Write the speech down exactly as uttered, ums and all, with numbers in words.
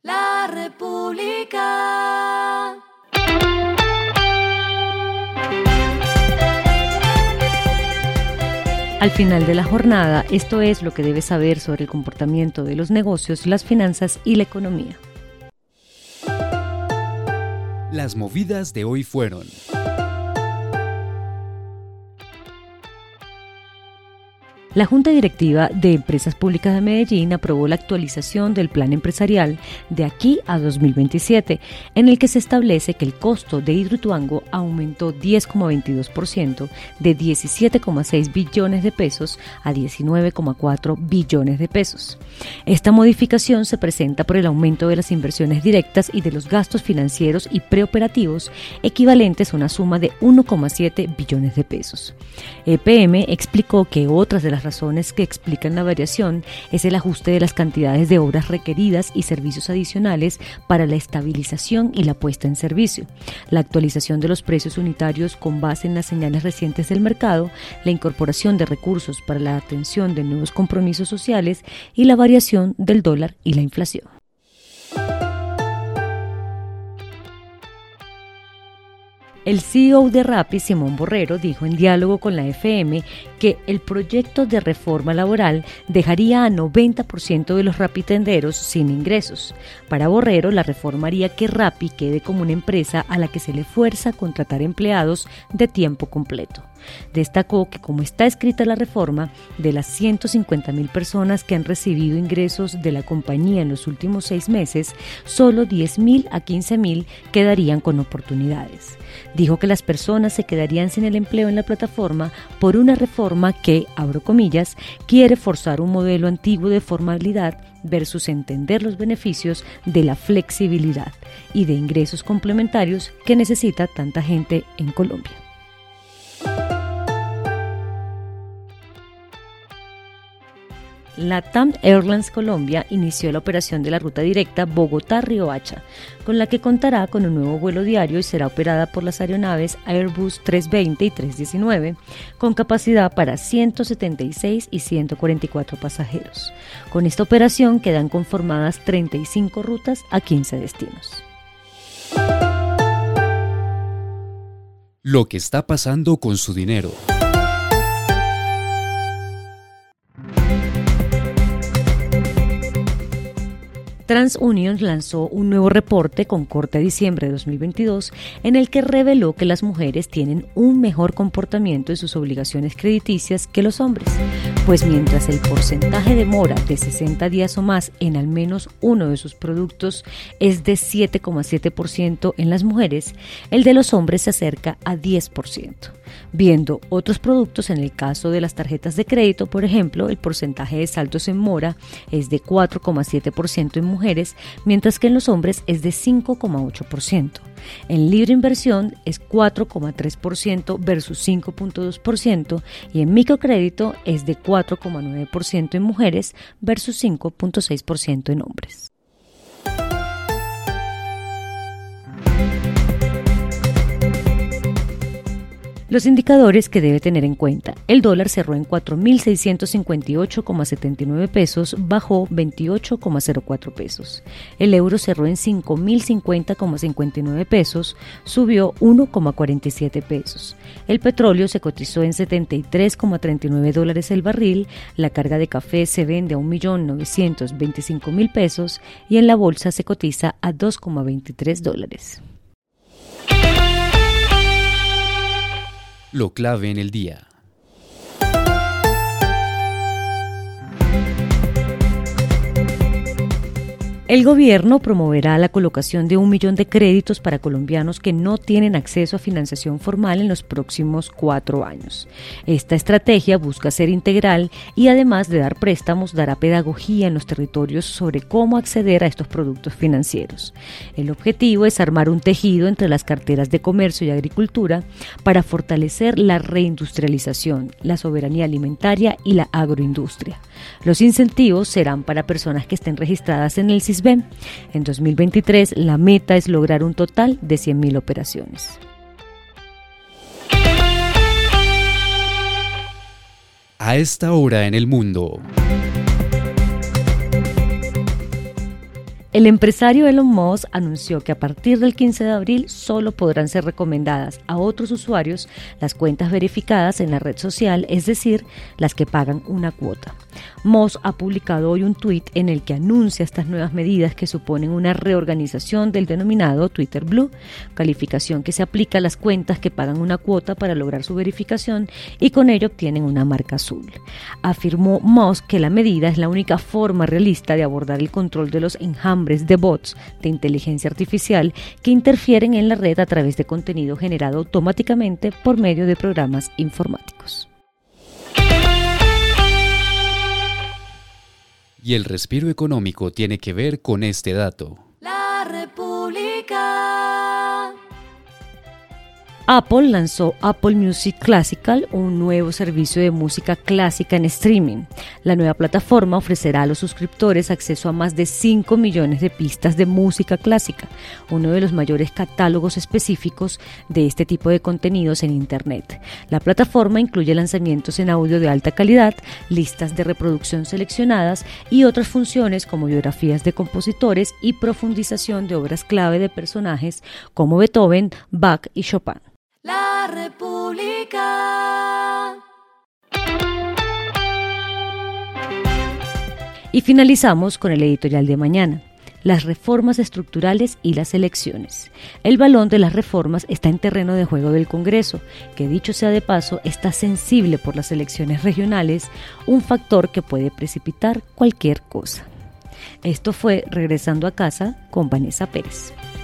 La República. Al final de la jornada, esto es lo que debes saber sobre el comportamiento de los negocios, las finanzas y la economía. Las movidas de hoy fueron: la Junta Directiva de Empresas Públicas de Medellín aprobó la actualización del Plan Empresarial de aquí a dos mil veintisiete, en el que se establece que el costo de Hidroituango aumentó diez coma veintidós por ciento de diecisiete coma seis billones de pesos a diecinueve coma cuatro billones de pesos. Esta modificación se presenta por el aumento de las inversiones directas y de los gastos financieros y preoperativos equivalentes a una suma de uno coma siete billones de pesos. E P M explicó que otras de las razones que explican la variación es el ajuste de las cantidades de obras requeridas y servicios adicionales para la estabilización y la puesta en servicio, la actualización de los precios unitarios con base en las señales recientes del mercado, la incorporación de recursos para la atención de nuevos compromisos sociales y la variación del dólar y la inflación. El C E O de Rappi, Simón Borrero, dijo en diálogo con la F M que el proyecto de reforma laboral dejaría a noventa por ciento de los rapitenderos sin ingresos. Para Borrero, la reforma haría que Rappi quede como una empresa a la que se le fuerza a contratar empleados de tiempo completo. Destacó que, como está escrita la reforma, de las ciento cincuenta mil personas que han recibido ingresos de la compañía en los últimos seis meses, solo diez mil a quince mil quedarían con oportunidades. Dijo que las personas se quedarían sin el empleo en la plataforma por una reforma que, abro comillas, quiere forzar un modelo antiguo de formalidad versus entender los beneficios de la flexibilidad y de ingresos complementarios que necesita tanta gente en Colombia. LATAM Airlines Colombia inició la operación de la ruta directa Bogotá-Riohacha, con la que contará con un nuevo vuelo diario y será operada por las aeronaves Airbus trescientos veinte y trescientos diecinueve, con capacidad para ciento setenta y seis y ciento cuarenta y cuatro pasajeros. Con esta operación quedan conformadas treinta y cinco rutas a quince destinos. Lo que está pasando con su dinero. TransUnion lanzó un nuevo reporte con corte a diciembre de dos mil veintidós en el que reveló que las mujeres tienen un mejor comportamiento en sus obligaciones crediticias que los hombres, pues mientras el porcentaje de mora de sesenta días o más en al menos uno de sus productos es de siete coma siete por ciento en las mujeres, el de los hombres se acerca a diez por ciento. Viendo otros productos, en el caso de las tarjetas de crédito, por ejemplo, el porcentaje de saldos en mora es de cuatro coma siete por ciento en mujeres, mientras que en los hombres es de cinco coma ocho por ciento. En libre inversión es cuatro coma tres por ciento versus cinco coma dos por ciento y en microcrédito es de cuatro coma nueve por ciento en mujeres versus cinco coma seis por ciento en hombres. Los indicadores que debe tener en cuenta: el dólar cerró en cuatro mil seiscientos cincuenta y ocho coma setenta y nueve pesos, bajó veintiocho coma cero cuatro pesos. El euro cerró en cinco mil cincuenta coma cincuenta y nueve pesos, subió uno coma cuarenta y siete pesos. El petróleo se cotizó en setenta y tres coma treinta y nueve dólares el barril, la carga de café se vende a un millón novecientos veinticinco mil pesos y en la bolsa se cotiza a dos coma veintitrés dólares. Lo clave en el día. El gobierno promoverá la colocación de un millón de créditos para colombianos que no tienen acceso a financiación formal en los próximos cuatro años. Esta estrategia busca ser integral y, además de dar préstamos, dará pedagogía en los territorios sobre cómo acceder a estos productos financieros. El objetivo es armar un tejido entre las carteras de comercio y agricultura para fortalecer la reindustrialización, la soberanía alimentaria y la agroindustria. Los incentivos serán para personas que estén registradas en el SISBEN. En dos mil veintitrés, la meta es lograr un total de cien mil operaciones. A esta hora en el mundo. El empresario Elon Musk anunció que a partir del quince de abril solo podrán ser recomendadas a otros usuarios las cuentas verificadas en la red social, es decir, las que pagan una cuota. Musk ha publicado hoy un tuit en el que anuncia estas nuevas medidas que suponen una reorganización del denominado Twitter Blue, calificación que se aplica a las cuentas que pagan una cuota para lograr su verificación y con ello obtienen una marca azul. Afirmó Musk que la medida es la única forma realista de abordar el control de los enjambres de bots de inteligencia artificial que interfieren en la red a través de contenido generado automáticamente por medio de programas informáticos. Y el respiro económico tiene que ver con este dato. La República. Apple lanzó Apple Music Classical, un nuevo servicio de música clásica en streaming. La nueva plataforma ofrecerá a los suscriptores acceso a más de cinco millones de pistas de música clásica, uno de los mayores catálogos específicos de este tipo de contenidos en Internet. La plataforma incluye lanzamientos en audio de alta calidad, listas de reproducción seleccionadas y otras funciones como biografías de compositores y profundización de obras clave de personajes como Beethoven, Bach y Chopin. La República. Y finalizamos con el editorial de mañana. Las reformas estructurales y las elecciones. El balón de las reformas está en terreno de juego del Congreso, que dicho sea de paso, está sensible por las elecciones regionales, un factor que puede precipitar cualquier cosa. Esto fue Regresando a Casa con Vanessa Pérez.